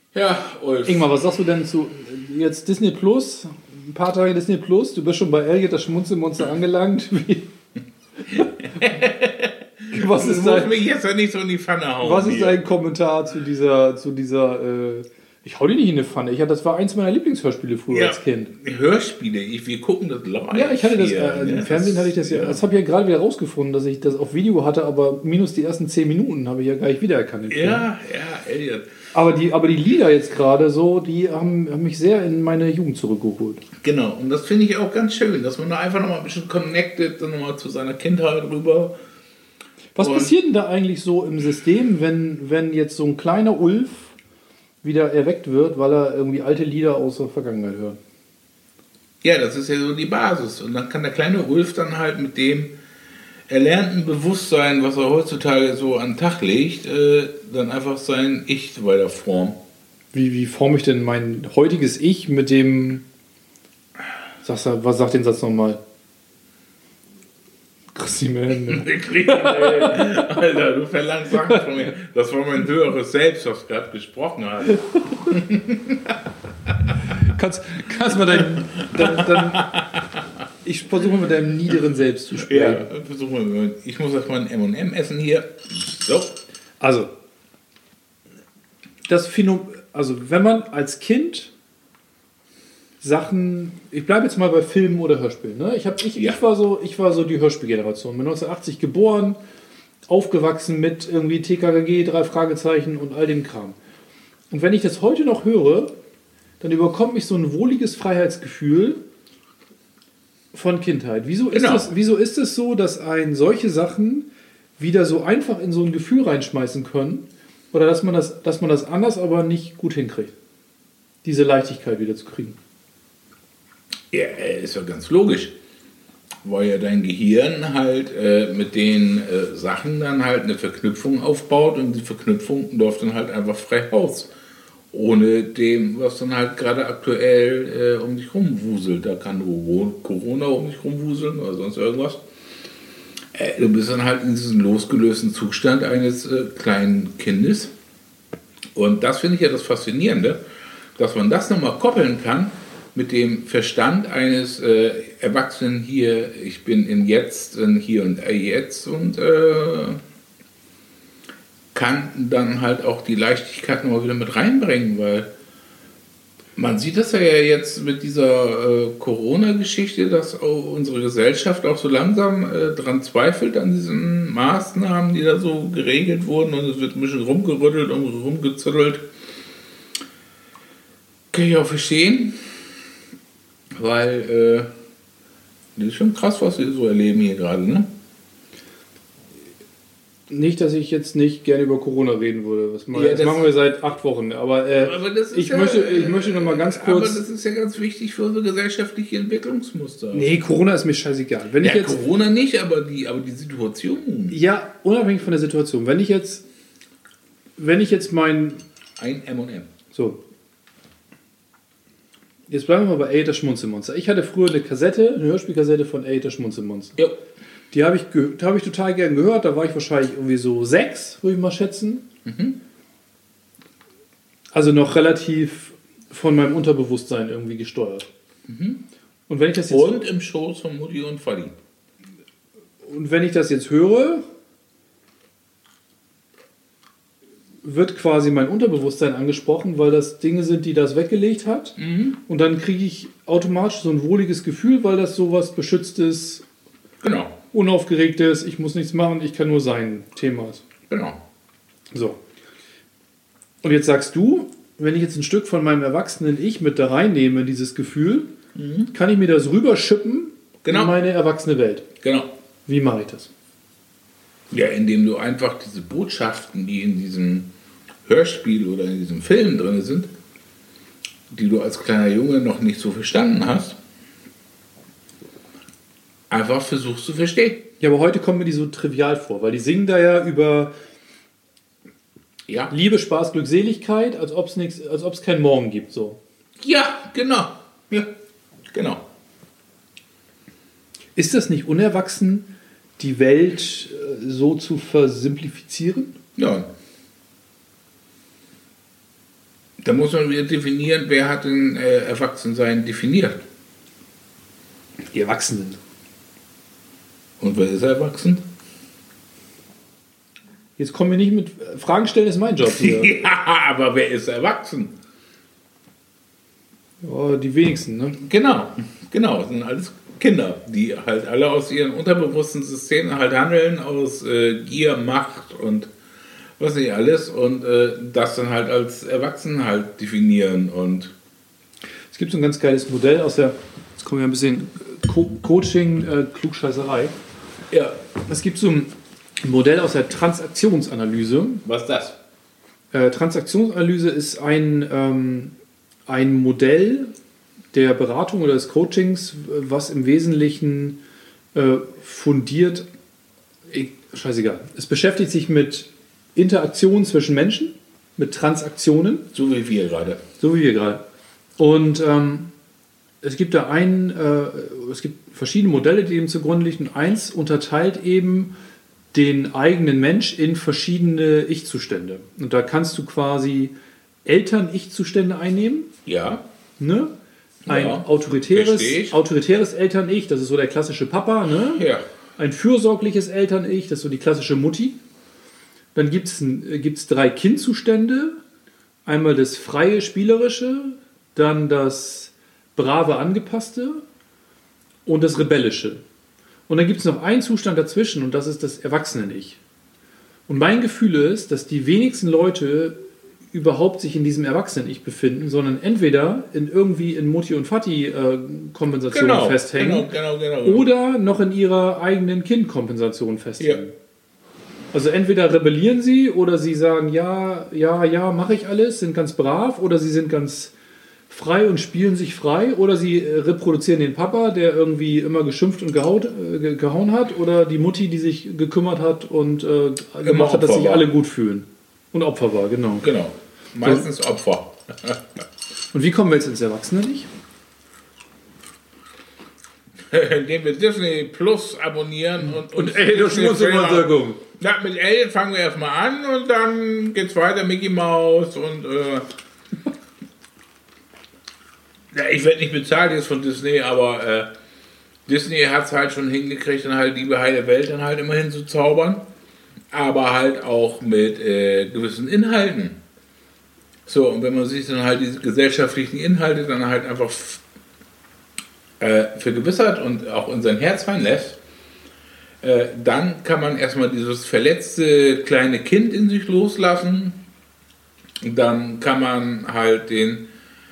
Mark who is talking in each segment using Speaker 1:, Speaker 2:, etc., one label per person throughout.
Speaker 1: Ja, Ulf.
Speaker 2: Ingmar, was sagst du denn zu jetzt Disney Plus? Ein paar Tage Disney Plus. Du bist schon bei Elliot, das Schmunzelmonster, angelangt. Was ist
Speaker 1: dein, mich jetzt ja nicht so in die Pfanne hauen.
Speaker 2: Was ist dein Kommentar zu dieser ich hau die nicht in eine Pfanne. Das war eins meiner Lieblingshörspiele früher als Kind.
Speaker 1: Hörspiele, wir gucken das live.
Speaker 2: Ja, ich hatte das, im Fernsehen hatte ich das ja. Das habe ich ja gerade wieder rausgefunden, dass ich das auf Video hatte, aber minus die ersten 10 Minuten habe ich ja gar nicht wiedererkannt.
Speaker 1: Elliot.
Speaker 2: Aber die Lieder jetzt gerade so, die haben mich sehr in meine Jugend zurückgeholt.
Speaker 1: Genau, und das finde ich auch ganz schön, dass man da einfach nochmal ein bisschen connected, dann nochmal zu seiner Kindheit rüber.
Speaker 2: Was passiert denn da eigentlich so im System, wenn jetzt so ein kleiner Ulf wieder erweckt wird, weil er irgendwie alte Lieder aus der Vergangenheit hört?
Speaker 1: Ja, das ist ja so die Basis. Und dann kann der kleine Ulf dann halt mit dem erlernten Bewusstsein, was er heutzutage so an den Tag legt, dann einfach sein Ich weiter formen.
Speaker 2: Wie forme ich denn mein heutiges Ich mit dem... Was sagt den Satz nochmal?
Speaker 1: Alter, du verlangst Sachen von mir. Das war mein höheres Selbst, was gerade gesprochen hat.
Speaker 2: Kannst mal dein ich versuche mit deinem niederen Selbst zu sprechen.
Speaker 1: Ja, versuche mal. Ich muss erstmal ein M&M essen hier. So.
Speaker 2: Also, wenn man als Kind Sachen, ich bleibe jetzt mal bei Filmen oder Hörspielen. Ne? Ich war so die Hörspielgeneration. Bin 1980 geboren, aufgewachsen mit irgendwie TKKG, 3 Fragezeichen und all dem Kram. Und wenn ich das heute noch höre, dann überkommt mich so ein wohliges Freiheitsgefühl von Kindheit. Wieso ist es so, dass einen solche Sachen wieder so einfach in so ein Gefühl reinschmeißen können? Oder dass man das anders aber nicht gut hinkriegt? Diese Leichtigkeit wieder zu kriegen.
Speaker 1: Ja, ist ja ganz logisch. Weil ja dein Gehirn halt mit den Sachen dann halt eine Verknüpfung aufbaut und die Verknüpfung läuft dann halt einfach frei raus. Ohne dem, was dann halt gerade aktuell um dich rumwuselt. Da kann Corona um dich rumwuseln oder sonst irgendwas. Du bist dann halt in diesem losgelösten Zustand eines kleinen Kindes. Und das finde ich ja das Faszinierende, dass man das nochmal koppeln kann mit dem Verstand eines Erwachsenen hier. Ich bin in Jetzt, in Hier und Jetzt und kann dann halt auch die Leichtigkeit nochmal wieder mit reinbringen, weil man sieht das ja jetzt mit dieser Corona-Geschichte, dass unsere Gesellschaft auch so langsam dran zweifelt an diesen Maßnahmen, die da so geregelt wurden und es wird ein bisschen rumgerüttelt und rumgezüttelt. Kann ich auch verstehen, weil das ist schon krass, was wir so erleben hier gerade, ne?
Speaker 2: Nicht, dass ich jetzt nicht gerne über Corona reden würde. Das machen wir seit 8 Wochen. Aber ich möchte noch mal ganz kurz...
Speaker 1: Aber das ist ja ganz wichtig für unsere gesellschaftliche Entwicklungsmuster.
Speaker 2: Nee, Corona ist mir scheißegal.
Speaker 1: Corona nicht, aber die Situation.
Speaker 2: Ja, unabhängig von der Situation. Wenn ich jetzt mein...
Speaker 1: Ein M&M.
Speaker 2: So. Jetzt bleiben wir mal bei das Schmunzelmonster. Ich hatte früher eine Hörspielkassette von das Schmunzelmonster.
Speaker 1: Ja.
Speaker 2: Die habe ich total gern gehört. Da war ich wahrscheinlich irgendwie so 6, würde ich mal schätzen.
Speaker 1: Mhm.
Speaker 2: Also noch relativ von meinem Unterbewusstsein irgendwie gesteuert.
Speaker 1: Mhm.
Speaker 2: Und wenn ich das jetzt
Speaker 1: und im Schoß von Mutti und Vati.
Speaker 2: Und wenn ich das jetzt höre, wird quasi mein Unterbewusstsein angesprochen, weil das Dinge sind, die das weggelegt hat.
Speaker 1: Mhm.
Speaker 2: Und dann kriege ich automatisch so ein wohliges Gefühl, weil das sowas Beschütztes,
Speaker 1: genau,
Speaker 2: Unaufgeregtes, ich muss nichts machen, ich kann nur sein Thema ist.
Speaker 1: Genau.
Speaker 2: So. Und jetzt sagst du, wenn ich jetzt ein Stück von meinem erwachsenen Ich mit da reinnehme, dieses Gefühl, kann ich mir das rüberschippen in meine erwachsene Welt.
Speaker 1: Genau.
Speaker 2: Wie mache ich das?
Speaker 1: Ja, indem du einfach diese Botschaften, die in diesem Hörspiel oder in diesem Film drin sind, die du als kleiner Junge noch nicht so verstanden hast, einfach versuchst zu verstehen.
Speaker 2: Ja, aber heute kommen mir die so trivial vor, weil die singen da ja über Liebe, Spaß, Glückseligkeit, als ob es keinen Morgen gibt. So.
Speaker 1: Ja, genau. Ja, genau.
Speaker 2: Ist das nicht unerwachsen, die Welt so zu versimplifizieren?
Speaker 1: Ja. Da muss man wieder definieren, wer hat denn Erwachsensein definiert.
Speaker 2: Die Erwachsenen.
Speaker 1: Und wer ist erwachsen?
Speaker 2: Jetzt kommen wir nicht mit Fragen stellen, ist mein Job hier.
Speaker 1: Ja, aber wer ist erwachsen?
Speaker 2: Ja, die wenigsten, ne?
Speaker 1: Genau, das sind alles Kinder, die halt alle aus ihren unterbewussten Systemen halt handeln, aus Gier, Macht und was nicht alles und das dann halt als Erwachsenen halt definieren. Und
Speaker 2: es gibt so ein ganz geiles Modell aus der, jetzt kommen wir ein bisschen Coaching, Klugscheißerei.
Speaker 1: ja,
Speaker 2: Es gibt so ein Modell aus der Transaktionsanalyse.
Speaker 1: was ist das?
Speaker 2: Transaktionsanalyse ist ein Modell der Beratung oder des Coachings, was im Wesentlichen fundiert, scheißegal, es beschäftigt sich mit Interaktionen zwischen Menschen, mit Transaktionen.
Speaker 1: So wie wir gerade.
Speaker 2: So wie wir gerade. Und es gibt da es gibt verschiedene Modelle, die dem zugrunde liegen. Und eins unterteilt eben den eigenen Mensch in verschiedene Ich-Zustände. Und da kannst du quasi Eltern-Ich-Zustände einnehmen.
Speaker 1: Ja.
Speaker 2: Ne? Ein
Speaker 1: Ja,
Speaker 2: autoritäres Eltern-Ich, das ist so der klassische Papa. Ne?
Speaker 1: Ja.
Speaker 2: Ein fürsorgliches Eltern-Ich, das ist so die klassische Mutti. Dann gibt es 3 Kind-Zustände. Einmal das freie, spielerische, dann das brave, angepasste und das rebellische. Und dann gibt es noch einen Zustand dazwischen und das ist das Erwachsenen-Ich. Und mein Gefühl ist, dass die wenigsten Leute überhaupt sich in diesem Erwachsenen-Ich befinden, sondern entweder irgendwie in Mutti- und Vati-Kompensation festhängen
Speaker 1: Genau.
Speaker 2: oder noch in ihrer eigenen Kind-Kompensation festhängen.
Speaker 1: Ja.
Speaker 2: Also entweder rebellieren sie oder sie sagen, ja, mache ich alles, sind ganz brav oder sie sind ganz frei und spielen sich frei oder sie reproduzieren den Papa, der irgendwie immer geschimpft und gehauen hat oder die Mutti, die sich gekümmert hat und gemacht hat, dass sich alle gut fühlen. Und Opfer war, genau.
Speaker 1: Genau, meistens Opfer.
Speaker 2: Und wie kommen wir jetzt ins Erwachsene-Ich?
Speaker 1: Indem wir Disney Plus abonnieren und
Speaker 2: Schmunzelversorgung.
Speaker 1: Ja, mit Alien fangen wir erstmal an und dann geht's weiter, Mickey Mouse und ja, ich werde nicht bezahlt jetzt von Disney, aber Disney hat es halt schon hingekriegt, dann halt Liebe heile Welt dann halt immerhin zu zaubern, aber halt auch mit gewissen Inhalten. So, und wenn man sich dann halt diese gesellschaftlichen Inhalte dann halt einfach vergewissert und auch in sein Herz reinlässt, dann kann man erstmal dieses verletzte kleine Kind in sich loslassen. Dann kann man halt den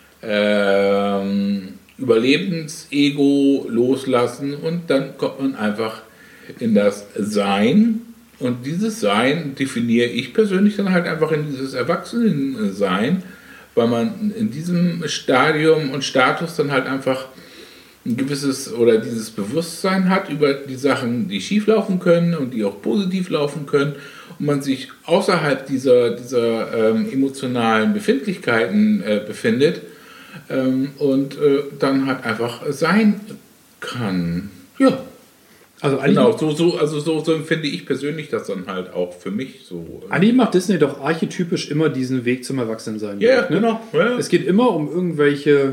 Speaker 1: Überlebensego loslassen und dann kommt man einfach in das Sein. Und dieses Sein definiere ich persönlich dann halt einfach in dieses Erwachsenensein, weil man in diesem Stadium und Status dann halt einfach ein gewisses oder dieses Bewusstsein hat über die Sachen, die schief laufen können und die auch positiv laufen können und man sich außerhalb dieser emotionalen Befindlichkeiten befindet und dann halt einfach sein kann. Ja.
Speaker 2: Also
Speaker 1: genau, so empfinde ich persönlich das dann halt auch für mich so.
Speaker 2: Eigentlich macht Disney doch archetypisch immer diesen Weg zum Erwachsensein.
Speaker 1: Ja,
Speaker 2: ne?
Speaker 1: genau. Ja.
Speaker 2: Es geht immer um irgendwelche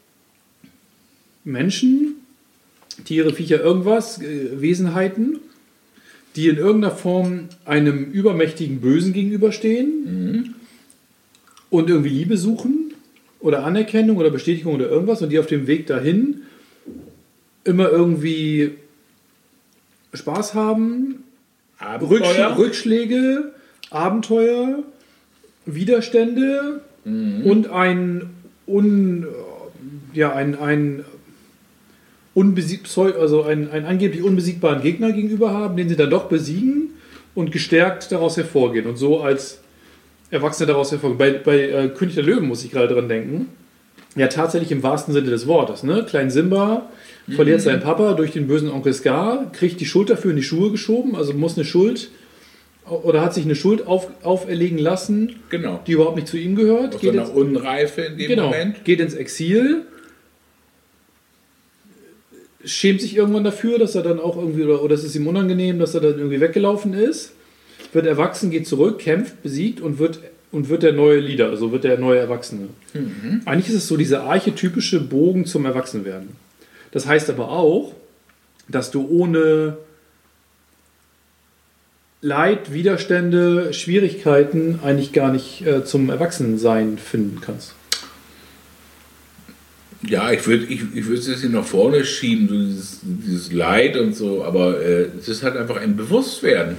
Speaker 2: Menschen, Tiere, Viecher, irgendwas, Wesenheiten, die in irgendeiner Form einem übermächtigen Bösen gegenüberstehen und irgendwie Liebe suchen oder Anerkennung oder Bestätigung oder irgendwas und die auf dem Weg dahin immer irgendwie Spaß haben, Rückschläge, Abenteuer, Widerstände und einen angeblich unbesiegbaren Gegner gegenüber haben, den sie dann doch besiegen und gestärkt daraus hervorgehen und so als Erwachsene daraus hervorgehen. Bei König der Löwen muss ich gerade dran denken. Ja, tatsächlich im wahrsten Sinne des Wortes. Ne? Klein Simba verliert seinen Papa durch den bösen Onkel Scar, kriegt die Schuld dafür in die Schuhe geschoben, also muss eine Schuld oder hat sich eine Schuld auferlegen lassen,
Speaker 1: genau,
Speaker 2: die überhaupt nicht zu ihm gehört.
Speaker 1: Aus einer Unreife in dem Moment.
Speaker 2: Geht ins Exil, schämt sich irgendwann dafür, dass er dann auch irgendwie, oder es ist ihm unangenehm, dass er dann irgendwie weggelaufen ist, wird erwachsen, geht zurück, kämpft, besiegt und wird und wird der neue Leader, also wird der neue Erwachsene. Eigentlich ist es so dieser archetypische Bogen zum Erwachsenwerden. Das heißt aber auch, dass du ohne Leid, Widerstände, Schwierigkeiten eigentlich gar nicht zum Erwachsensein finden kannst.
Speaker 1: Ja, ich würde es jetzt hier nach vorne schieben, so dieses Leid und so, aber es ist halt einfach ein Bewusstwerden.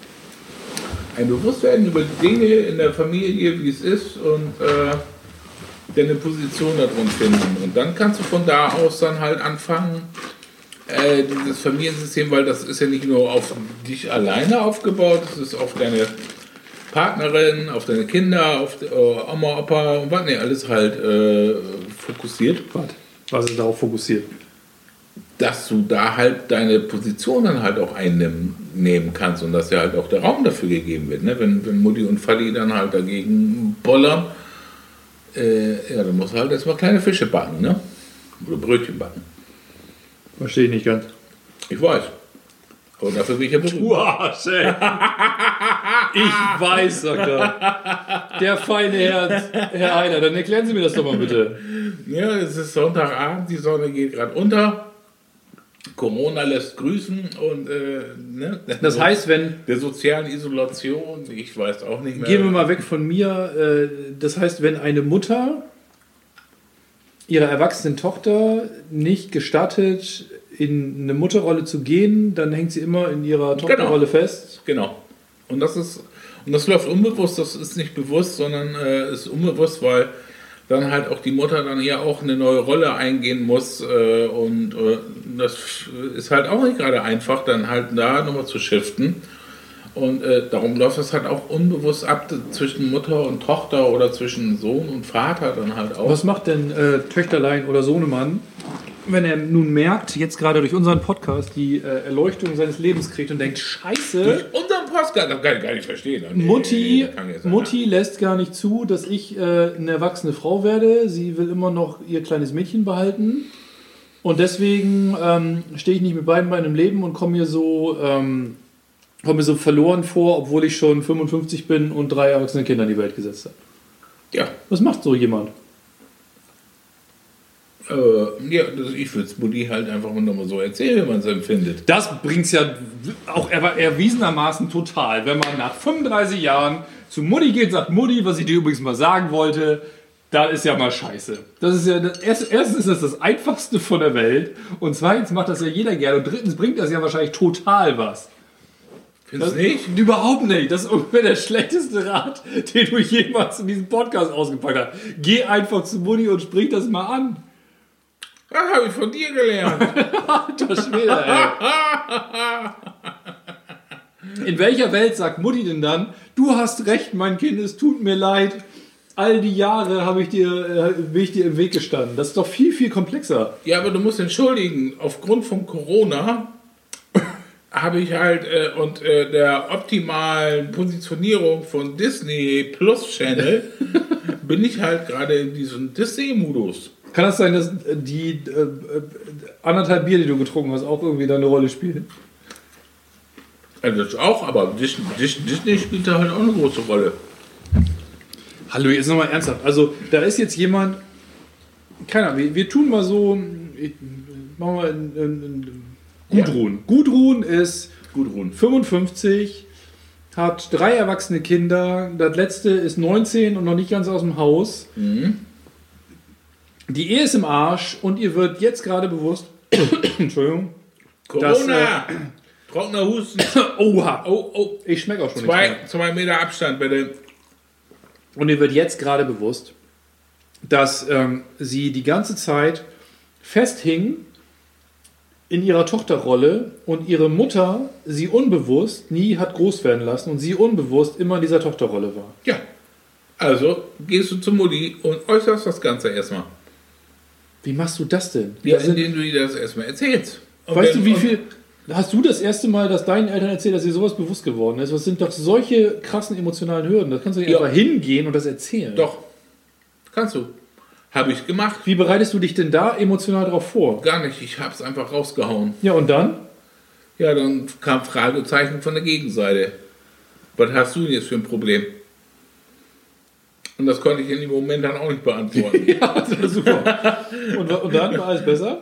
Speaker 1: Ein Bewusstwerden über die Dinge in der Familie, wie es ist und deine Position darin finden. Und dann kannst du von da aus dann halt anfangen, dieses Familiensystem, weil das ist ja nicht nur auf dich alleine aufgebaut, es ist auf deine Partnerin, auf deine Kinder, auf Oma, Opa und was nicht alles halt fokussiert.
Speaker 2: Was ist darauf fokussiert?
Speaker 1: Dass du da halt deine Position dann halt auch einnehmen kannst und dass ja halt auch der Raum dafür gegeben wird. Ne? Wenn Mutti und Vati dann halt dagegen bollern, ja, dann musst du halt erstmal kleine Fische backen, ne? Oder Brötchen backen.
Speaker 2: Verstehe ich nicht ganz.
Speaker 1: Ich weiß. Aber dafür bin ich ja berühmt.
Speaker 2: Arsch, ey. Ich weiß, sagt er. Der feine Herr Einer. Dann erklären Sie mir das doch mal bitte.
Speaker 1: Ja, es ist Sonntagabend, die Sonne geht gerade unter. Corona lässt grüßen und ne?
Speaker 2: Das heißt, wenn...
Speaker 1: Der sozialen Isolation, ich weiß auch nicht mehr.
Speaker 2: Gehen wir mal weg von mir. Das heißt, wenn eine Mutter ihrer erwachsenen Tochter nicht gestattet, in eine Mutterrolle zu gehen, dann hängt sie immer in ihrer Tochterrolle fest.
Speaker 1: Genau. Und das läuft unbewusst, das ist nicht bewusst, sondern ist unbewusst, weil dann halt auch die Mutter dann hier auch eine neue Rolle eingehen muss und das ist halt auch nicht gerade einfach, dann halt da nochmal zu shiften. Und darum läuft das halt auch unbewusst ab zwischen Mutter und Tochter oder zwischen Sohn und Vater dann halt auch.
Speaker 2: Was macht denn Töchterlein oder Sohnemann, wenn er nun merkt, jetzt gerade durch unseren Podcast, die Erleuchtung seines Lebens kriegt und denkt, Scheiße,
Speaker 1: durch unseren Podcast, das kann ich gar nicht verstehen.
Speaker 2: Mutti lässt gar nicht zu, dass ich eine erwachsene Frau werde. Sie will immer noch ihr kleines Mädchen behalten. Und deswegen stehe ich nicht mit beiden Beinen im Leben und komme mir so verloren vor, obwohl ich schon 55 bin und 3 erwachsene Kinder in die Welt gesetzt habe.
Speaker 1: Ja.
Speaker 2: Was macht so jemand?
Speaker 1: Ja, ich würde es Mutti halt einfach nochmal so erzählen, wie man es empfindet.
Speaker 2: Das bringt es ja auch erwiesenermaßen total. Wenn man nach 35 Jahren zu Mutti geht und sagt, Mutti, was ich dir übrigens mal sagen wollte, das ist ja mal scheiße. Das ist ja erstens ist das Einfachste von der Welt und zweitens macht das ja jeder gerne und drittens bringt das ja wahrscheinlich total was.
Speaker 1: Findest du nicht?
Speaker 2: Überhaupt nicht. Das ist ungefähr der schlechteste Rat, den du jemals in diesem Podcast ausgepackt hast. Geh einfach zu Mutti und sprich das mal an.
Speaker 1: Das habe ich von dir gelernt.
Speaker 2: Das Schwede, ey. In welcher Welt sagt Mutti denn dann, du hast recht, mein Kind, es tut mir leid, all die Jahre bin ich dir im Weg gestanden. Das ist doch viel, viel komplexer.
Speaker 1: Ja, aber du musst entschuldigen, aufgrund von Corona habe ich halt und der optimalen Positionierung von Disney Plus Channel bin ich halt gerade in diesem Disney-Modus.
Speaker 2: Kann das sein, dass die 1,5 Bier, die du getrunken hast, auch irgendwie da eine Rolle spielen?
Speaker 1: Ja, das auch, aber Disney spielt da halt auch eine große Rolle.
Speaker 2: Hallo, jetzt nochmal ernsthaft. Also, da ist jetzt jemand, keine Ahnung, wir tun mal so, machen wir Gudrun. Ja. Gudrun ist 55, hat 3 erwachsene Kinder, das letzte ist 19 und noch nicht ganz aus dem Haus. Mhm. Die Ehe ist im Arsch und ihr wird jetzt gerade bewusst, Entschuldigung,
Speaker 1: Corona, trockener Husten.
Speaker 2: Oha, oh, ich schmecke auch schon
Speaker 1: 2 Meter Abstand bitte.
Speaker 2: Und ihr wird jetzt gerade bewusst, dass sie die ganze Zeit festhing in ihrer Tochterrolle und ihre Mutter sie unbewusst nie hat groß werden lassen und sie unbewusst immer in dieser Tochterrolle war.
Speaker 1: Ja, also gehst du zu Mutti und äußerst das Ganze erstmal.
Speaker 2: Wie machst du das denn?
Speaker 1: Ja, indem du dir das erstmal erzählst.
Speaker 2: Und weißt du, wie viel... Hast du das erste Mal, dass deinen Eltern erzählt, dass dir sowas bewusst geworden ist? Was sind doch solche krassen emotionalen Hürden? Da kannst du nicht einfach hingehen und das erzählen.
Speaker 1: Doch, kannst du. Habe ich gemacht.
Speaker 2: Wie bereitest du dich denn da emotional drauf vor?
Speaker 1: Gar nicht, ich habe es einfach rausgehauen.
Speaker 2: Ja, und dann?
Speaker 1: Ja, dann kam Fragezeichen von der Gegenseite. Was hast du denn jetzt für ein Problem? Und das konnte ich in dem Moment dann auch nicht beantworten.
Speaker 2: Ja, das war super. Und dann war alles besser?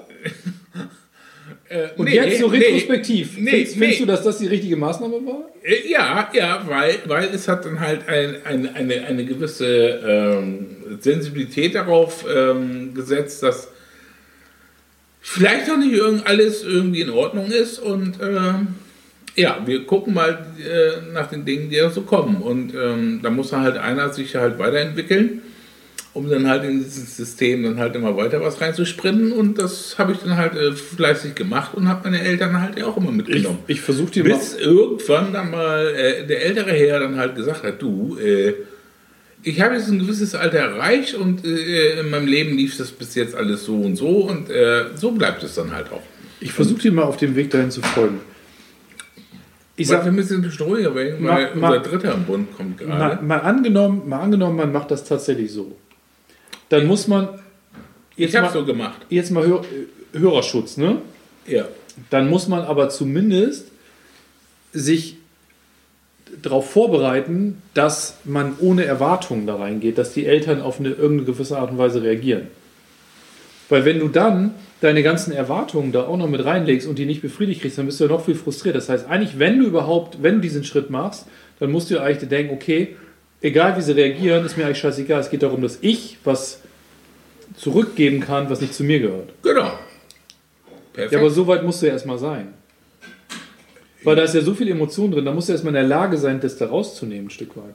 Speaker 2: Und jetzt so retrospektiv, findest du, dass das die richtige Maßnahme war?
Speaker 1: Ja, weil es hat dann halt eine gewisse Sensibilität darauf gesetzt, dass vielleicht auch nicht alles irgendwie in Ordnung ist und wir gucken mal nach den Dingen, die da so kommen und da muss dann halt einer sich halt weiterentwickeln, um dann halt in dieses System dann halt immer weiter was reinzusprinten und das habe ich dann halt fleißig gemacht und habe meine Eltern halt auch immer mitgenommen.
Speaker 2: Ich versuche die
Speaker 1: bis irgendwann dann mal der ältere Herr dann halt gesagt hat, du, ich habe jetzt ein gewisses Alter erreicht und in meinem Leben lief das bis jetzt alles so und so bleibt es dann halt auch.
Speaker 2: Ich versuche dir mal auf dem Weg dahin zu folgen.
Speaker 1: Ich sage, wir müssen ein bisschen ruhiger werden, weil unser Dritter am Bund kommt gerade.
Speaker 2: Mal angenommen, man macht das tatsächlich so. Dann muss man
Speaker 1: jetzt ich habe so gemacht.
Speaker 2: Jetzt mal Hörerschutz, ne?
Speaker 1: Ja.
Speaker 2: Dann muss man aber zumindest sich darauf vorbereiten, dass man ohne Erwartungen da reingeht, dass die Eltern auf irgendeine gewisse Art und Weise reagieren. Weil wenn du dann deine ganzen Erwartungen da auch noch mit reinlegst und die nicht befriedigt kriegst, dann bist du ja noch viel frustriert. Das heißt, eigentlich, wenn du diesen Schritt machst, dann musst du eigentlich denken, okay, egal wie sie reagieren, ist mir eigentlich scheißegal. Es geht darum, dass ich was zurückgeben kann, was nicht zu mir gehört.
Speaker 1: Genau. Perfekt.
Speaker 2: Ja, aber so weit musst du ja erstmal sein. Weil da ist ja so viel Emotion drin, da musst du erstmal in der Lage sein, das da rauszunehmen, ein Stück weit.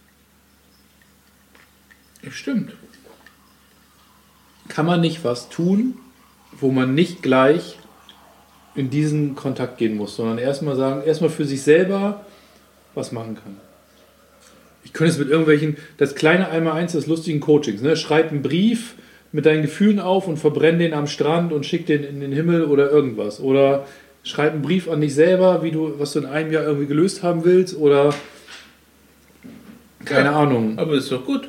Speaker 1: Ja, stimmt.
Speaker 2: Kann man nicht was tun, wo man nicht gleich in diesen Kontakt gehen muss, sondern erstmal für sich selber was machen kann. Ich könnte es mit irgendwelchen, das kleine Einmaleins des lustigen Coachings, ne? Schreib einen Brief mit deinen Gefühlen auf und verbrenn den am Strand und schick den in den Himmel oder irgendwas. Oder schreib einen Brief an dich selber, was du in einem Jahr irgendwie gelöst haben willst oder keine Ahnung.
Speaker 1: Aber ist doch gut.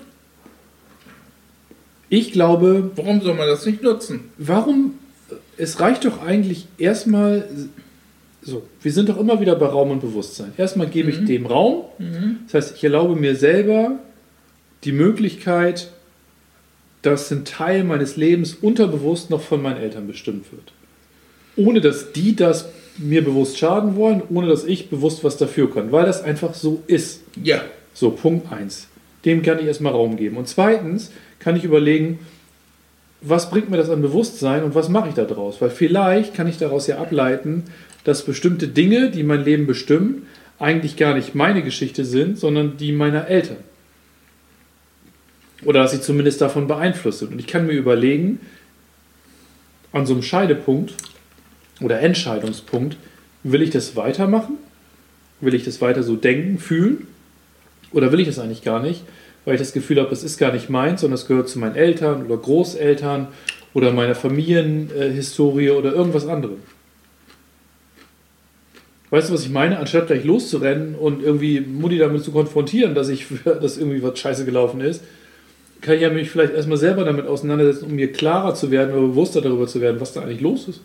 Speaker 2: Ich glaube...
Speaker 1: Warum soll man das nicht nutzen?
Speaker 2: Es reicht doch eigentlich erstmal... So, wir sind doch immer wieder bei Raum und Bewusstsein. Erstmal gebe ich dem Raum. Das heißt, ich erlaube mir selber die Möglichkeit, dass ein Teil meines Lebens unterbewusst noch von meinen Eltern bestimmt wird. Ohne dass die das mir bewusst schaden wollen, ohne dass ich bewusst was dafür kann. Weil das einfach so ist.
Speaker 1: Ja.
Speaker 2: So, Punkt 1. Dem kann ich erstmal Raum geben. Und zweitens kann ich überlegen, was bringt mir das an Bewusstsein und was mache ich da draus? Weil vielleicht kann ich daraus ja ableiten, dass bestimmte Dinge, die mein Leben bestimmen, eigentlich gar nicht meine Geschichte sind, sondern die meiner Eltern. Oder dass sie zumindest davon beeinflusst sind. Und ich kann mir überlegen, an so einem Scheidepunkt oder Entscheidungspunkt, will ich das weitermachen? Will ich das weiter so denken, fühlen? Oder will ich das eigentlich gar nicht? Weil ich das Gefühl habe, das ist gar nicht meins, sondern es gehört zu meinen Eltern oder Großeltern oder meiner Familienhistorie oder irgendwas anderem. Weißt du, was ich meine? Anstatt gleich loszurennen und irgendwie Mutti damit zu konfrontieren, dass irgendwie was scheiße gelaufen ist, kann ich ja mich vielleicht erstmal selber damit auseinandersetzen, um mir klarer zu werden oder bewusster darüber zu werden, was da eigentlich los ist.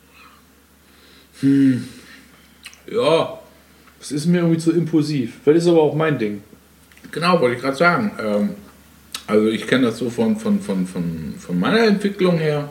Speaker 1: Ja.
Speaker 2: Das ist mir irgendwie zu impulsiv. Vielleicht ist aber auch mein Ding.
Speaker 1: Genau, wollte ich gerade sagen. Also ich kenne das so von meiner Entwicklung her.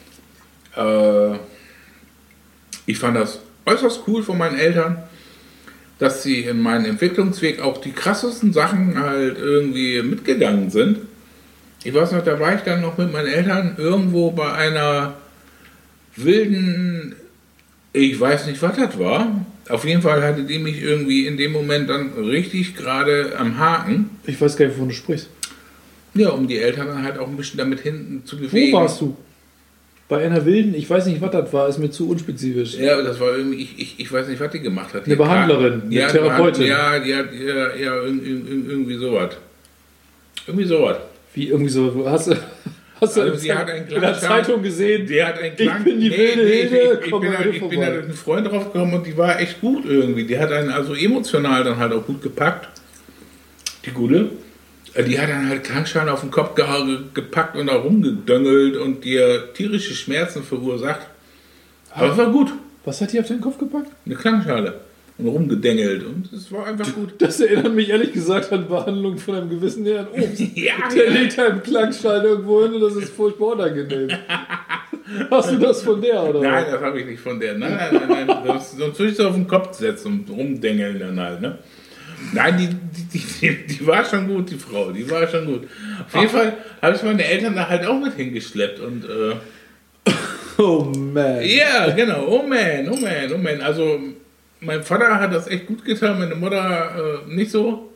Speaker 1: Ich fand das äußerst cool von meinen Eltern, dass sie in meinen Entwicklungsweg auch die krassesten Sachen halt irgendwie mitgegangen sind. Ich weiß noch, da war ich dann noch mit meinen Eltern irgendwo bei einer wilden, ich weiß nicht, was das war. Auf jeden Fall hatte die mich irgendwie in dem Moment dann richtig gerade am Haken.
Speaker 2: Ich weiß gar nicht, wovon du sprichst.
Speaker 1: Ja, um die Eltern dann halt auch ein bisschen damit hinten zu bewegen.
Speaker 2: Wo warst du? Bei einer wilden, ich weiß nicht, was das war, ist mir zu unspezifisch.
Speaker 1: Ja, das war irgendwie, ich weiß nicht, was die gemacht hat.
Speaker 2: Eine Behandlerin, eine Therapeutin.
Speaker 1: Ja, die hat irgendwie sowas. Irgendwie sowas.
Speaker 2: Wie irgendwie so? Hast du
Speaker 1: also sie hat einen
Speaker 2: in der Zeitung gesehen?
Speaker 1: Die hat einen Klang.
Speaker 2: Ich bin die wilde Hilde.
Speaker 1: Ich bin da durch einen Freund drauf gekommen und die war echt gut irgendwie. Die hat einen also emotional dann halt auch gut gepackt. Die Gute. Die hat dann halt Klangschalen auf den Kopf gepackt und da rumgedöngelt und dir tierische Schmerzen verursacht. Aber es war gut.
Speaker 2: Was hat die auf den Kopf gepackt?
Speaker 1: Eine Klangschale. und rumgedengelt und es war einfach gut.
Speaker 2: Das erinnert mich ehrlich gesagt an Behandlung von einem gewissen Herrn Obst.
Speaker 1: Ja,
Speaker 2: Der legt einen Klangschall irgendwo hin und das ist furchtbar unangenehm. Hast du das von der, oder?
Speaker 1: Nein, das habe ich nicht von der. Nein. Sonst würde ich es auf den Kopf setzen und rumdengeln dann halt, ne? Nein, die war schon gut, die Frau, die war schon gut. Auf jeden Fall habe ich meine Eltern da halt auch mit hingeschleppt und
Speaker 2: oh man.
Speaker 1: ja, genau, oh man. Also mein Vater hat das echt gut getan, meine Mutter nicht so.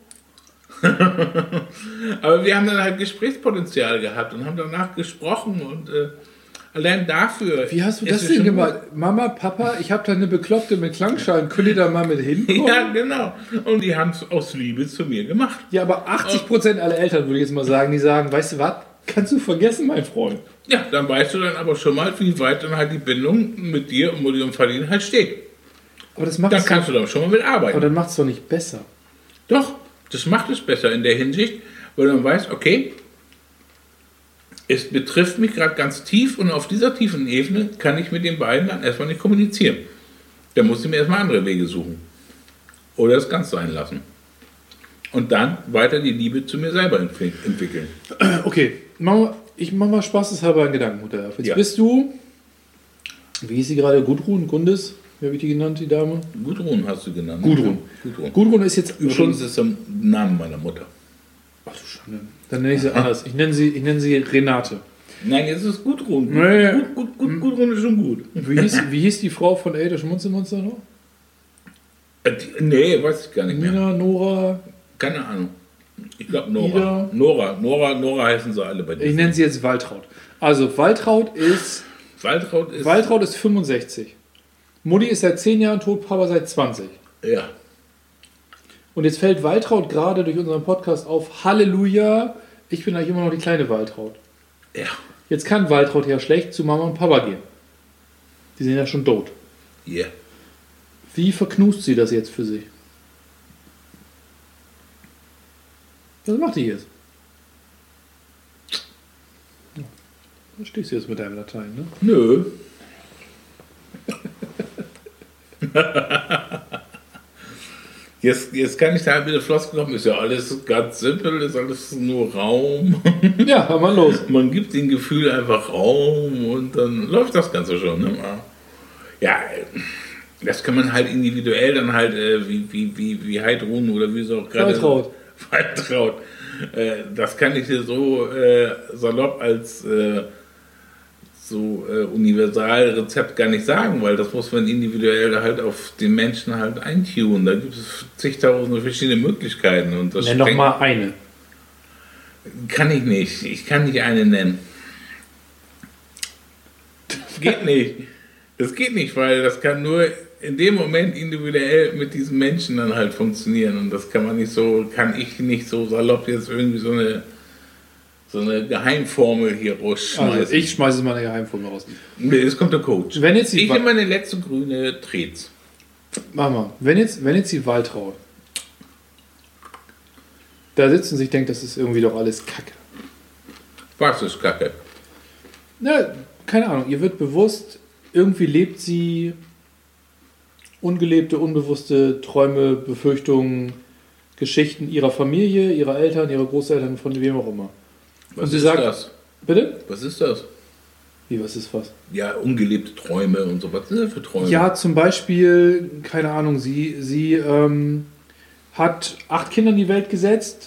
Speaker 1: Aber wir haben dann halt Gesprächspotenzial gehabt und haben danach gesprochen und allein dafür.
Speaker 2: Wie hast du das denn gemacht? Mama, Papa, ich habe da eine Bekloppte mit Klangschalen. Könnt ihr da mal mit hinkommen?
Speaker 1: Ja, genau. Und die haben es aus Liebe zu mir gemacht.
Speaker 2: Ja, aber 80% aller Eltern, würde ich jetzt mal sagen, die sagen, weißt du was, kannst du vergessen, mein Freund.
Speaker 1: Ja, dann weißt du dann aber schon mal, wie weit dann halt die Bindung mit dir und Mutti und Vati halt steht.
Speaker 2: Aber das macht
Speaker 1: dann kannst du da schon mal mit arbeiten.
Speaker 2: Aber dann macht es doch nicht besser.
Speaker 1: Doch, das macht es besser in der Hinsicht, weil du dann weißt, okay, es betrifft mich gerade ganz tief und auf dieser tiefen Ebene kann ich mit den beiden dann erstmal nicht kommunizieren. Da muss ich mir erstmal andere Wege suchen. Oder es ganz sein lassen. Und dann weiter die Liebe zu mir selber entwickeln.
Speaker 2: Okay, ich mache mal spaßeshalber einen Gedankenmodell auf. Jetzt bist du, wie hieß sie gerade, Gudrun, Gundes? Wie habe ich die genannt, die Dame?
Speaker 1: Gudrun hast du genannt.
Speaker 2: Gudrun ist jetzt
Speaker 1: übrigens ist der Name meiner Mutter.
Speaker 2: Ach du Schande. Dann nenne ich sie anders. Ich nenne sie Renate.
Speaker 1: Nein, jetzt ist es Gudrun.
Speaker 2: Nee.
Speaker 1: Gudrun ist schon gut.
Speaker 2: Wie hieß die Frau von das Schmunzelmonster noch?
Speaker 1: Nee, weiß ich gar nicht mehr.
Speaker 2: Nina, Nora?
Speaker 1: Keine Ahnung. Ich glaube Nora. Nora heißen sie alle bei dir.
Speaker 2: Ich nenne sie jetzt Waltraud. Also Waltraud ist 65. Mutti ist seit 10 Jahren tot, Papa seit 20.
Speaker 1: Ja.
Speaker 2: Und jetzt fällt Waltraud gerade durch unseren Podcast auf, Halleluja, ich bin eigentlich immer noch die kleine Waltraud.
Speaker 1: Ja.
Speaker 2: Jetzt kann Waltraud ja schlecht zu Mama und Papa gehen. Die sind ja schon tot.
Speaker 1: Ja. Yeah.
Speaker 2: Wie verknust sie das jetzt für sich? Was macht die jetzt? Da stehst du jetzt mit deinem Latein, ne?
Speaker 1: Nö. Jetzt kann ich da halt mit der Floskel kommen, ist ja alles ganz simpel, ist alles nur Raum.
Speaker 2: Ja, hör mal los.
Speaker 1: Man gibt dem Gefühl einfach Raum und dann läuft das Ganze schon. Ne? Ja, das kann man halt individuell dann halt, wie Heidrun oder wie so auch gerade. Waltraud. Das kann ich dir so salopp als Universalrezept gar nicht sagen, weil das muss man individuell halt auf den Menschen halt eintunen. Da gibt es zigtausende verschiedene Möglichkeiten. Und das
Speaker 2: nenn doch mal eine.
Speaker 1: Kann ich nicht. Ich kann nicht eine nennen. Geht nicht. Das geht nicht, weil das kann nur in dem Moment individuell mit diesem Menschen dann halt funktionieren. Und das kann ich nicht so salopp jetzt irgendwie so eine Geheimformel hier rausschmeißen.
Speaker 2: Also ich schmeiße mal eine Geheimformel raus.
Speaker 1: Nee, es kommt der Coach. Ich nehme meine letzte grüne Trets.
Speaker 2: Mach mal. Wenn jetzt die Waltraud da sitzt und sich denkt, das ist irgendwie doch alles Kacke.
Speaker 1: Was ist Kacke?
Speaker 2: Na, keine Ahnung. Ihr wird bewusst, irgendwie lebt sie ungelebte, unbewusste Träume, Befürchtungen, Geschichten ihrer Familie, ihrer Eltern, ihrer Großeltern, von wem auch immer.
Speaker 1: Was ist das?
Speaker 2: Bitte?
Speaker 1: Was ist das?
Speaker 2: Wie, was ist was?
Speaker 1: Ja, ungelebte Träume und so. Was sind das für Träume?
Speaker 2: Ja, zum Beispiel, keine Ahnung, sie hat 8 Kinder in die Welt gesetzt,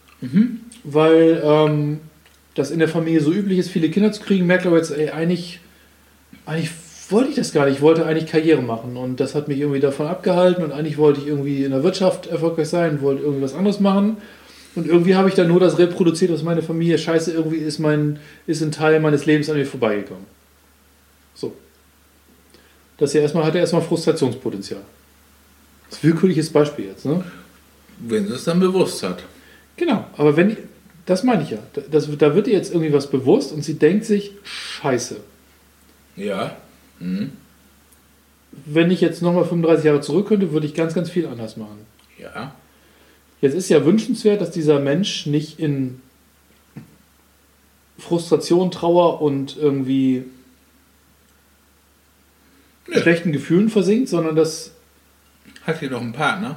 Speaker 2: weil das in der Familie so üblich ist, viele Kinder zu kriegen. Merkt aber jetzt, eigentlich wollte ich das gar nicht. Ich wollte eigentlich Karriere machen und das hat mich irgendwie davon abgehalten und eigentlich wollte ich irgendwie in der Wirtschaft erfolgreich sein, wollte irgendwie was anderes machen. Und irgendwie habe ich dann nur das reproduziert, was meine Familie scheiße irgendwie ist ein Teil meines Lebens an mir vorbeigekommen. So. Das hier hat ja erstmal Frustrationspotenzial. Das ist ein willkürliches Beispiel jetzt, ne?
Speaker 1: Wenn sie es dann bewusst hat.
Speaker 2: Genau, aber das meine ich ja. Da wird ihr jetzt irgendwie was bewusst und sie denkt sich, scheiße.
Speaker 1: Ja.
Speaker 2: Wenn ich jetzt nochmal 35 Jahre zurück könnte, würde ich ganz, ganz viel anders machen.
Speaker 1: Ja.
Speaker 2: Jetzt ist ja wünschenswert, dass dieser Mensch nicht in Frustration, Trauer und irgendwie schlechten Gefühlen versinkt, sondern dass
Speaker 1: Hat ihr noch einen Partner?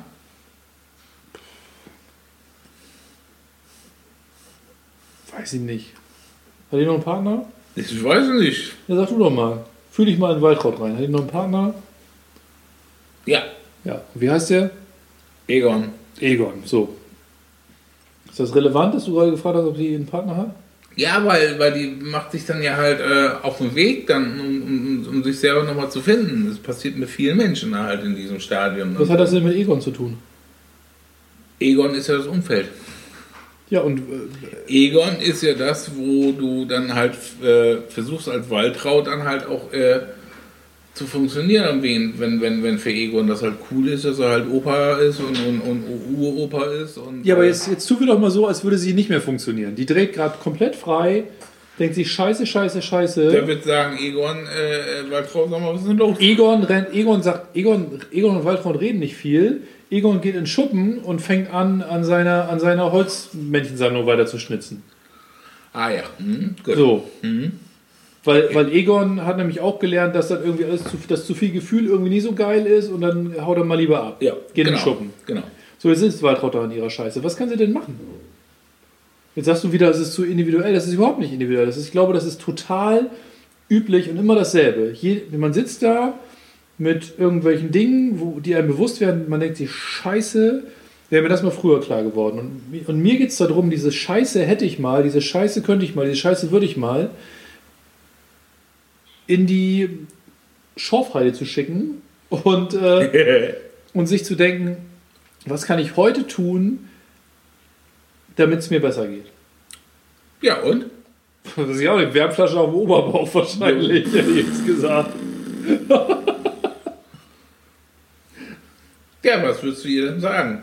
Speaker 2: Weiß ich nicht. Hat ihr noch einen Partner?
Speaker 1: Ich weiß nicht.
Speaker 2: Ja, sag du doch mal. Fühl dich mal in Waltraud rein. Hat ihr noch einen Partner?
Speaker 1: Ja.
Speaker 2: Ja. Und wie heißt der?
Speaker 1: Egon.
Speaker 2: Egon, so. Ist das relevant, dass du gerade gefragt hast, ob sie einen Partner hat?
Speaker 1: Ja, weil die macht sich dann ja halt auf den Weg, dann, um sich selber nochmal zu finden. Das passiert mit vielen Menschen halt in diesem Stadium.
Speaker 2: Was hat das denn mit Egon zu tun?
Speaker 1: Egon ist ja das Umfeld.
Speaker 2: Ja, und
Speaker 1: Egon ist ja das, wo du dann halt versuchst als Waltraud dann halt auch zu funktionieren, wenn für Egon das halt cool ist, dass er halt Opa ist und Uropa ist. Und,
Speaker 2: ja, aber jetzt tun wir doch mal so, als würde sie nicht mehr funktionieren. Die dreht gerade komplett frei, denkt sich scheiße.
Speaker 1: Der wird sagen, Egon, Waltraud, sag mal, was ist denn los?
Speaker 2: Egon sagt, Egon und Waltraud reden nicht viel. Egon geht in den Schuppen und fängt an seiner Holzmännchensammlung weiter zu schnitzen.
Speaker 1: Ah ja, gut.
Speaker 2: So. Weil Egon hat nämlich auch gelernt, dass das irgendwie dass zu viel Gefühl irgendwie nicht so geil ist und dann haut er mal lieber ab.
Speaker 1: Ja,
Speaker 2: geht in den Schuppen.
Speaker 1: Genau.
Speaker 2: So, jetzt ist Waltraud da in ihrer Scheiße. Was kann sie denn machen? Jetzt sagst du wieder, es ist zu individuell. Das ist überhaupt nicht individuell. Ich glaube, das ist total üblich und immer dasselbe. Man sitzt da mit irgendwelchen Dingen, die einem bewusst werden. Man denkt sich, Scheiße, wäre mir das mal früher klar geworden. Und mir geht es darum, diese Scheiße hätte ich mal, diese Scheiße könnte ich mal, diese Scheiße würde ich mal in die Schorfheide zu schicken und sich zu denken, was kann ich heute tun, damit es mir besser geht.
Speaker 1: Ja, und?
Speaker 2: Das ist ja auch eine Wärmflasche auf dem Oberbauch wahrscheinlich, hätte ich jetzt gesagt.
Speaker 1: Ja, was würdest du ihr denn sagen?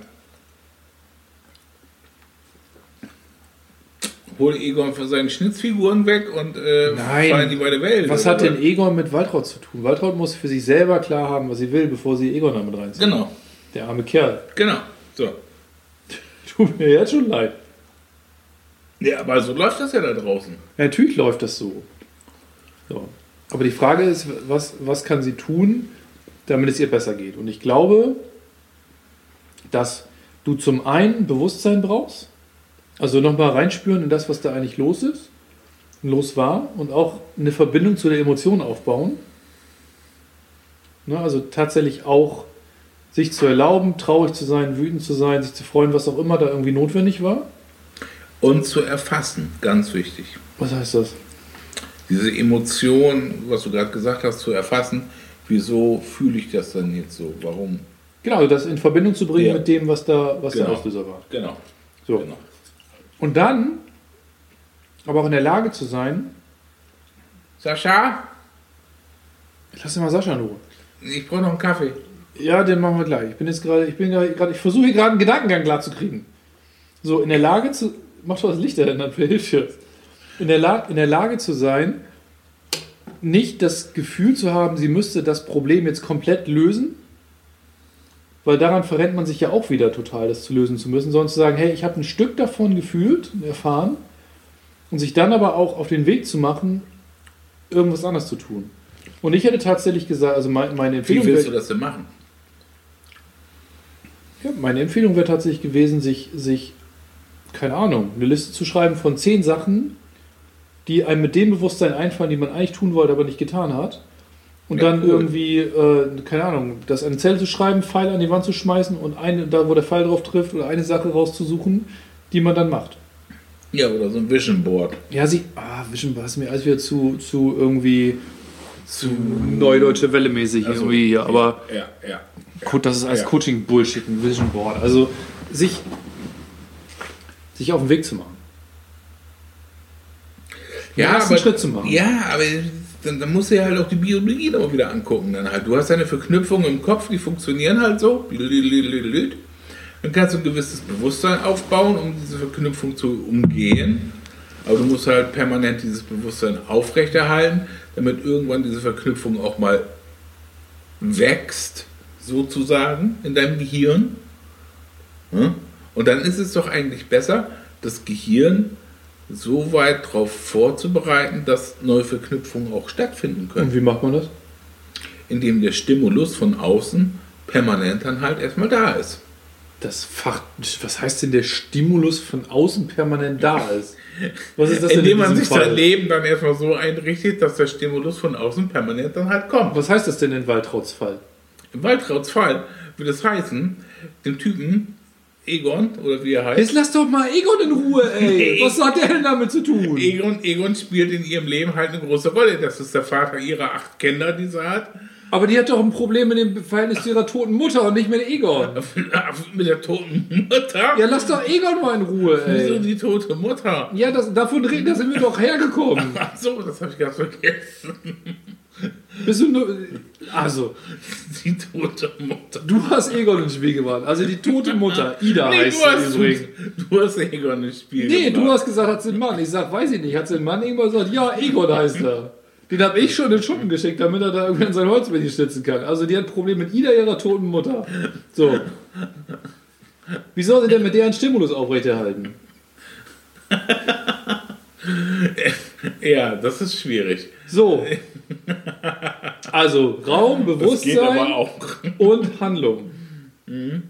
Speaker 1: Hol Egon für seine Schnitzfiguren weg und fahren die weite Welt.
Speaker 2: Was hat denn Egon mit Waltraud zu tun? Waltraud muss für sich selber klar haben, was sie will, bevor sie Egon damit reinzieht.
Speaker 1: Genau.
Speaker 2: Der arme Kerl.
Speaker 1: Genau. So.
Speaker 2: Tut mir jetzt schon leid.
Speaker 1: Ja, aber so läuft das ja da draußen.
Speaker 2: Ja, natürlich läuft das so. Aber die Frage ist, was kann sie tun, damit es ihr besser geht? Und ich glaube, dass du zum einen Bewusstsein brauchst, also nochmal reinspüren in das, was da eigentlich los ist, los war und auch eine Verbindung zu der Emotion aufbauen. Ne, also tatsächlich auch sich zu erlauben, traurig zu sein, wütend zu sein, sich zu freuen, was auch immer da irgendwie notwendig war.
Speaker 1: Und zu erfassen, ganz wichtig.
Speaker 2: Was heißt das?
Speaker 1: Diese Emotion, was du gerade gesagt hast, zu erfassen, wieso fühle ich das denn jetzt so, warum?
Speaker 2: Genau, das in Verbindung zu bringen mit dem, was der Auslöser war.
Speaker 1: Genau.
Speaker 2: So.
Speaker 1: Genau.
Speaker 2: Und dann aber auch in der Lage zu sein,
Speaker 1: Sascha?
Speaker 2: Lass dir mal Sascha in Ruhe.
Speaker 1: Ich brauche noch einen Kaffee.
Speaker 2: Ja, den machen wir gleich. Ich versuche hier gerade einen Gedankengang klar zu kriegen. So, in der Lage zu... Mach doch das Licht dahinter, hilft dir. In der Lage zu sein, nicht das Gefühl zu haben, sie müsste das Problem jetzt komplett lösen, weil daran verrennt man sich ja auch wieder total, das zu lösen zu müssen, sondern zu sagen, hey, ich habe ein Stück davon gefühlt, erfahren, und sich dann aber auch auf den Weg zu machen, irgendwas anderes zu tun. Und ich hätte tatsächlich gesagt, also meine Empfehlung...
Speaker 1: Wie willst du das denn machen?
Speaker 2: Ja, meine Empfehlung wäre tatsächlich gewesen, sich, keine Ahnung, eine Liste zu schreiben von 10 Sachen, die einem mit dem Bewusstsein einfallen, die man eigentlich tun wollte, aber nicht getan hat. Und dann irgendwie, keine Ahnung, das an eine Zelle zu schreiben, Pfeil an die Wand zu schmeißen und da, wo der Pfeil drauf trifft, oder eine Sache rauszusuchen, die man dann macht.
Speaker 1: Ja, oder so ein Vision Board.
Speaker 2: Ja, Vision Board ist mir alles wieder zu irgendwie zu Neudeutsche Welle mäßig irgendwie hier, aber
Speaker 1: ja.
Speaker 2: Gut, das ist alles Coaching-Bullshit, ein Vision Board. Also sich auf den Weg zu machen. Den ersten Schritt zu machen.
Speaker 1: Ja, aber dann musst du ja halt auch die Biologie noch wieder angucken. Dann halt. Du hast deine Verknüpfungen im Kopf, die funktionieren halt so. Dann kannst du ein gewisses Bewusstsein aufbauen, um diese Verknüpfung zu umgehen. Aber du musst halt permanent dieses Bewusstsein aufrechterhalten, damit irgendwann diese Verknüpfung auch mal wächst, sozusagen, in deinem Gehirn. Und dann ist es doch eigentlich besser, das Gehirn so weit darauf vorzubereiten, dass neue Verknüpfungen auch stattfinden können.
Speaker 2: Und wie macht man das?
Speaker 1: Indem der Stimulus von außen permanent dann halt erstmal da ist.
Speaker 2: Was heißt denn der Stimulus von außen permanent da ist? Was ist das denn
Speaker 1: Indem man sich sein Leben dann erstmal so einrichtet, dass der Stimulus von außen permanent dann halt kommt.
Speaker 2: Was heißt das denn in Waltrauts Fall?
Speaker 1: Im Waltrauts Fall würde es heißen, dem Typen Egon, oder wie er heißt.
Speaker 2: Jetzt lass doch mal Egon in Ruhe, ey. Was hat der denn damit zu tun?
Speaker 1: Egon spielt in ihrem Leben halt eine große Rolle. Das ist der Vater ihrer 8 Kinder, die sie hat.
Speaker 2: Aber die hat doch ein Problem mit dem Verhältnis zu ihrer toten Mutter und nicht mit Egon.
Speaker 1: Mit der toten Mutter?
Speaker 2: Ja, lass doch Egon mal in Ruhe, ey.
Speaker 1: Wieso die tote Mutter?
Speaker 2: Ja, da sind wir doch hergekommen.
Speaker 1: Ach so, das habe ich ganz vergessen.
Speaker 2: Bist du nur... Also...
Speaker 1: Die tote Mutter.
Speaker 2: Du hast Egon ins Spiel gebracht. Also die tote Mutter, Ida heißt sie übrigens.
Speaker 1: Du hast Egon ins Spiel
Speaker 2: gebracht.
Speaker 1: Nee,
Speaker 2: du hast gesagt, hat sie einen Mann. Ich sag, weiß ich nicht. Hat sie einen Mann? Irgendwann gesagt, ja, Egon heißt er. Den habe ich schon in den Schuppen geschickt, damit er da irgendwie an sein Holzbein schnitzen kann. Also die hat ein Problem mit Ida, ihrer toten Mutter. So. Wie soll sie denn mit der einen Stimulus aufrechterhalten?
Speaker 1: Ja, das ist schwierig.
Speaker 2: So. Also Raum, Bewusstsein und Handlung. Mhm.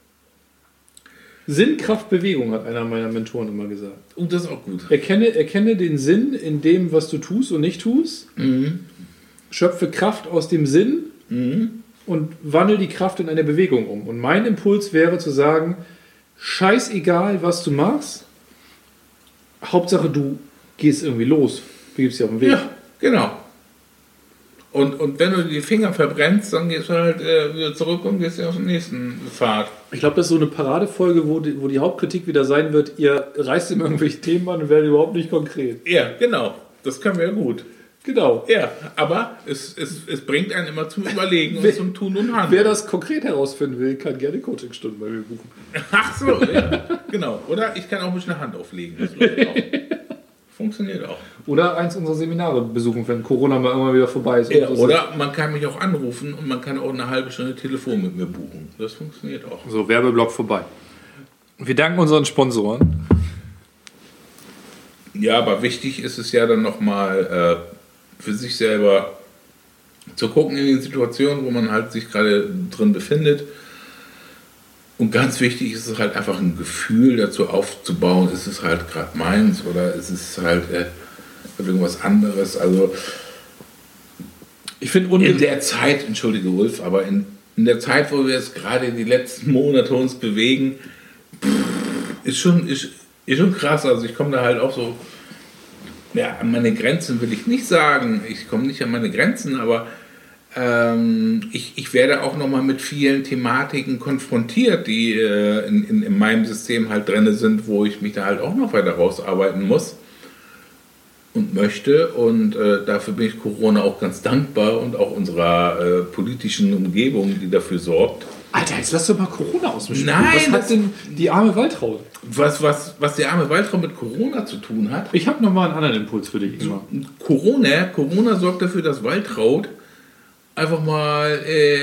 Speaker 2: Sinn, Kraft, Bewegung, hat einer meiner Mentoren immer gesagt.
Speaker 1: Und das ist auch gut.
Speaker 2: Erkenne den Sinn in dem, was du tust und nicht tust. Mhm. Schöpfe Kraft aus dem Sinn und wandle die Kraft in eine Bewegung um. Und mein Impuls wäre zu sagen, scheißegal, was du machst, Hauptsache du gehst irgendwie los, begibst dich auf den Weg.
Speaker 1: Ja, genau. Und wenn du die Finger verbrennst, dann gehst du halt wieder zurück und gehst auf den nächsten Pfad.
Speaker 2: Ich glaube, das ist so eine Paradefolge, wo die Hauptkritik wieder sein wird, ihr reißt ihm irgendwelche Themen an und werdet überhaupt nicht konkret.
Speaker 1: Ja, genau. Das können wir ja gut.
Speaker 2: Genau.
Speaker 1: Ja, aber es bringt einen immer zum Überlegen und zum Tun und Handeln.
Speaker 2: Wer das konkret herausfinden will, kann gerne Coachingstunden bei mir buchen.
Speaker 1: Ach so, ja. Genau. Oder ich kann auch ein bisschen Hand auflegen. Das läuft auch. Funktioniert auch.
Speaker 2: Oder eins unserer Seminare besuchen, wenn Corona mal irgendwann wieder vorbei ist.
Speaker 1: Ja, oder man kann mich auch anrufen und man kann auch eine halbe Stunde Telefon mit mir buchen. Das funktioniert auch.
Speaker 2: So, Werbeblock vorbei. Wir danken unseren Sponsoren.
Speaker 1: Ja, aber wichtig ist es ja dann nochmal für sich selber zu gucken in den Situationen, wo man halt sich gerade drin befindet. Und ganz wichtig ist es halt einfach ein Gefühl dazu aufzubauen, ist es halt gerade meins oder ist es halt irgendwas anderes. Also ich finde in der Zeit, entschuldige Ulf, aber in der Zeit, wo wir jetzt gerade die letzten Monate uns bewegen, ist schon krass. Also ich komme da halt auch so, ja, an meine Grenzen will ich nicht sagen. Ich komme nicht an meine Grenzen, aber ich werde auch nochmal mit vielen Thematiken konfrontiert, die in meinem System halt drin sind, wo ich mich da halt auch noch weiter rausarbeiten muss und möchte. Und dafür bin ich Corona auch ganz dankbar und auch unserer politischen Umgebung, die dafür sorgt.
Speaker 2: Alter, jetzt lass doch mal Corona aus dem Spiel.
Speaker 1: Nein,
Speaker 2: was hat denn die arme Waltraud?
Speaker 1: Was die arme Waltraud mit Corona zu tun hat?
Speaker 2: Ich habe nochmal einen anderen Impuls für dich.
Speaker 1: Corona sorgt dafür, dass Waltraud einfach mal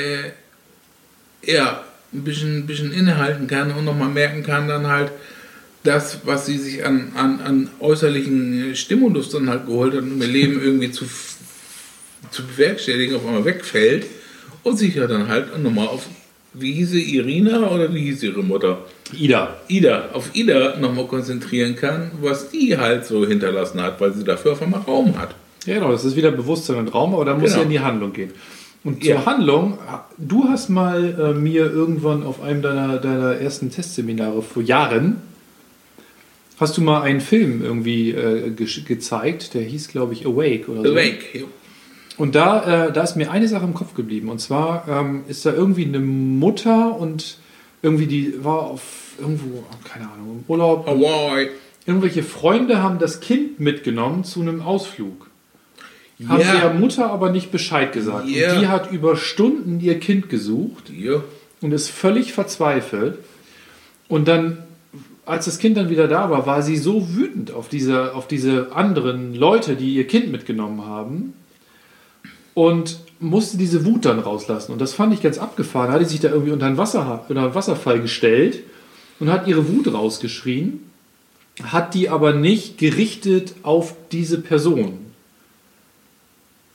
Speaker 1: ein bisschen innehalten kann und nochmal merken kann, dann halt das, was sie sich an äußerlichen Stimulus dann halt geholt hat, um ihr Leben irgendwie zu bewerkstelligen, auf einmal wegfällt und sich ja dann halt nochmal auf, wie hieß sie, Irina oder wie hieß ihre Mutter? Auf Ida nochmal konzentrieren kann, was die halt so hinterlassen hat, weil sie dafür auf einmal Raum hat.
Speaker 2: Ja, genau, das ist wieder Bewusstsein und Raum, aber da muss ja in die Handlung gehen. Und zur Handlung, du hast mal mir irgendwann auf einem deiner ersten Testseminare vor Jahren, hast du mal einen Film irgendwie gezeigt, der hieß, glaube ich, Awake oder so.
Speaker 1: Awake, ja.
Speaker 2: Und da ist mir eine Sache im Kopf geblieben. Und zwar ist da irgendwie eine Mutter und irgendwie die war auf irgendwo, keine Ahnung, im Urlaub.
Speaker 1: Hawaii.
Speaker 2: Irgendwelche Freunde haben das Kind mitgenommen zu einem Ausflug. Haben der Mutter aber nicht Bescheid gesagt.
Speaker 1: Yeah.
Speaker 2: Und die hat über Stunden ihr Kind gesucht und ist völlig verzweifelt. Und dann, als das Kind dann wieder da war, war sie so wütend auf diese anderen Leute, die ihr Kind mitgenommen haben und musste diese Wut dann rauslassen. Und das fand ich ganz abgefahren. Da hat sie sich da irgendwie unter einen Wasserfall gestellt und hat ihre Wut rausgeschrien, hat die aber nicht gerichtet auf diese Person.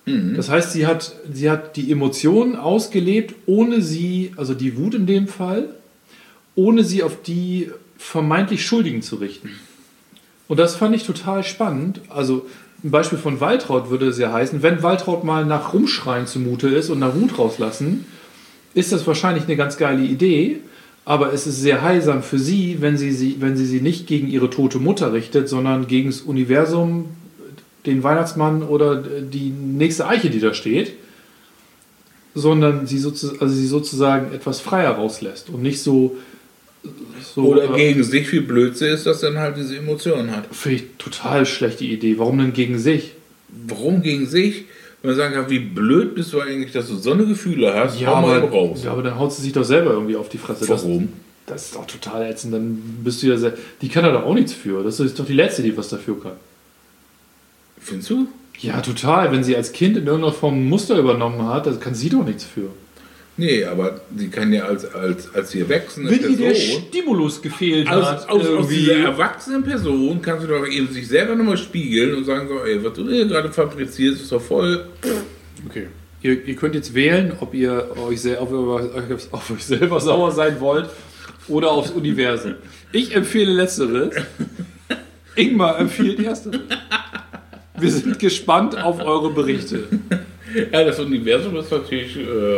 Speaker 2: Das heißt, sie hat die Emotionen ausgelebt, ohne sie, also die Wut in dem Fall, ohne sie auf die vermeintlich Schuldigen zu richten. Und das fand ich total spannend. Also ein Beispiel von Waltraud würde es ja heißen, wenn Waltraud mal nach Rumschreien zumute ist und nach Wut rauslassen, ist das wahrscheinlich eine ganz geile Idee, aber es ist sehr heilsam für sie, wenn sie nicht gegen ihre tote Mutter richtet, sondern gegen das Universum, den Weihnachtsmann oder die nächste Eiche, die da steht, sondern sie sozusagen etwas freier rauslässt und nicht so
Speaker 1: oder gegen sich, wie blöd sie ist, dass dann halt diese Emotionen hat.
Speaker 2: Finde ich total schlechte Idee. Warum denn gegen sich?
Speaker 1: Warum gegen sich? Wenn man sagen kann, wie blöd bist du eigentlich, dass du so eine Gefühle hast,
Speaker 2: ja, aber dann haut sie sich doch selber irgendwie auf die Fresse.
Speaker 1: Warum?
Speaker 2: Das ist doch total ätzend. Dann bist du ja die kann da doch auch nichts für. Das ist doch die Letzte, die was dafür kann.
Speaker 1: Findest du?
Speaker 2: Ja, total. Wenn sie als Kind in irgendeiner Form ein Muster übernommen hat, dann kann sie doch nichts für.
Speaker 1: Nee, aber sie kann ja als die erwachsene
Speaker 2: Wenn
Speaker 1: Person...
Speaker 2: ihr der Stimulus gefehlt hat.
Speaker 1: Aus dieser erwachsenen Person kannst du doch eben sich selber nochmal spiegeln und sagen so, ey, was du hier gerade fabrizierst, ist doch voll...
Speaker 2: Okay. Ihr könnt jetzt wählen, ob ihr auf euch selber sauer sein wollt oder aufs Universum. Ich empfehle Letzteres. Ingmar empfiehlt Ersteres. Wir sind gespannt auf eure Berichte.
Speaker 1: Ja, das Universum ist natürlich,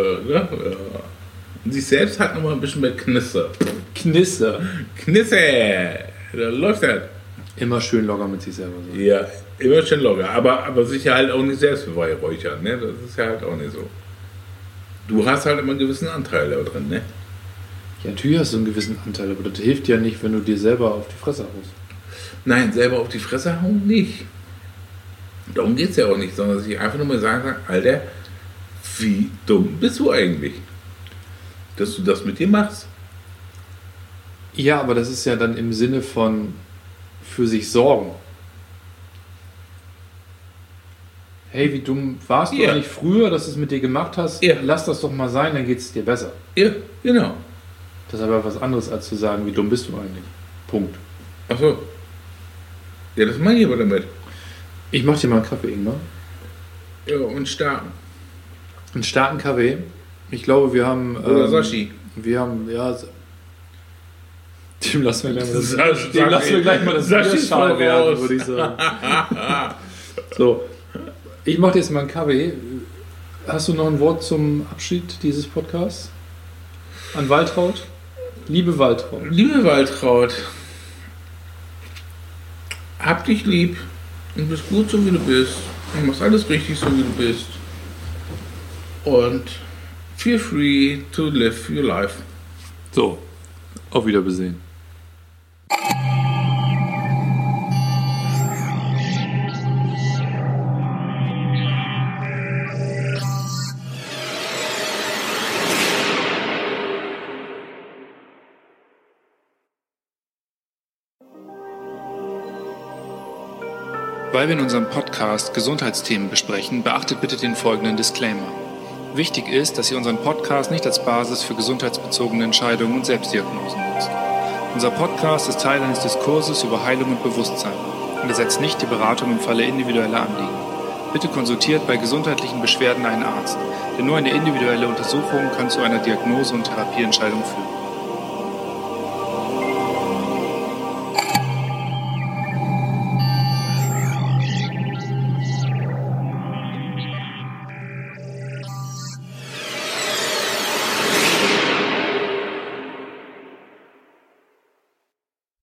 Speaker 1: sich selbst hat nochmal ein bisschen mehr Knisser.
Speaker 2: Knisser,
Speaker 1: da läuft das.
Speaker 2: Immer schön locker mit sich selber. So.
Speaker 1: Ja, immer schön locker, aber sich ja halt auch nicht selbst beweihräuchern, ne? Das ist ja halt auch nicht so. Du hast halt immer einen gewissen Anteil da drin, ne?
Speaker 2: Ja, natürlich hast du einen gewissen Anteil, aber das hilft ja nicht, wenn du dir selber auf die Fresse haust.
Speaker 1: Nein, selber auf die Fresse hauen nicht. Darum geht es ja auch nicht, sondern sich einfach nur mal sagen kann, Alter, wie dumm bist du eigentlich, dass du das mit dir machst?
Speaker 2: Ja, aber das ist ja dann im Sinne von für sich sorgen. Hey, wie dumm warst du eigentlich früher, dass du es mit dir gemacht hast?
Speaker 1: Ja.
Speaker 2: Lass das doch mal sein, dann geht es dir besser.
Speaker 1: Ja, genau.
Speaker 2: Das ist aber was anderes, als zu sagen, wie dumm bist du eigentlich. Punkt.
Speaker 1: Ach so. Ja, das meine ich aber damit.
Speaker 2: Ich mach dir mal einen Kaffee, Ingmar.
Speaker 1: Ja, und starten.
Speaker 2: Einen starken Kaffee. Ich glaube, wir haben...
Speaker 1: Oder Sashi.
Speaker 2: Wir haben, ja... Dem lassen wir gleich mal das Bierschal werden, würde ich sagen. So, ich mache jetzt mal einen Kaffee. Hast du noch ein Wort zum Abschied dieses Podcasts? An Waltraud? Liebe Waltraud.
Speaker 1: Liebe Waltraud, hab dich lieb und bist gut so wie du bist. Und machst alles richtig so wie du bist. Und feel free to live your life.
Speaker 2: So, auf Wiedersehen. Weil wir in unserem Podcast Gesundheitsthemen besprechen, beachtet bitte den folgenden Disclaimer. Wichtig ist, dass ihr unseren Podcast nicht als Basis für gesundheitsbezogene Entscheidungen und Selbstdiagnosen nutzt. Unser Podcast ist Teil eines Diskurses über Heilung und Bewusstsein und ersetzt nicht die Beratung im Falle individueller Anliegen. Bitte konsultiert bei gesundheitlichen Beschwerden einen Arzt, denn nur eine individuelle Untersuchung kann zu einer Diagnose und Therapieentscheidung führen.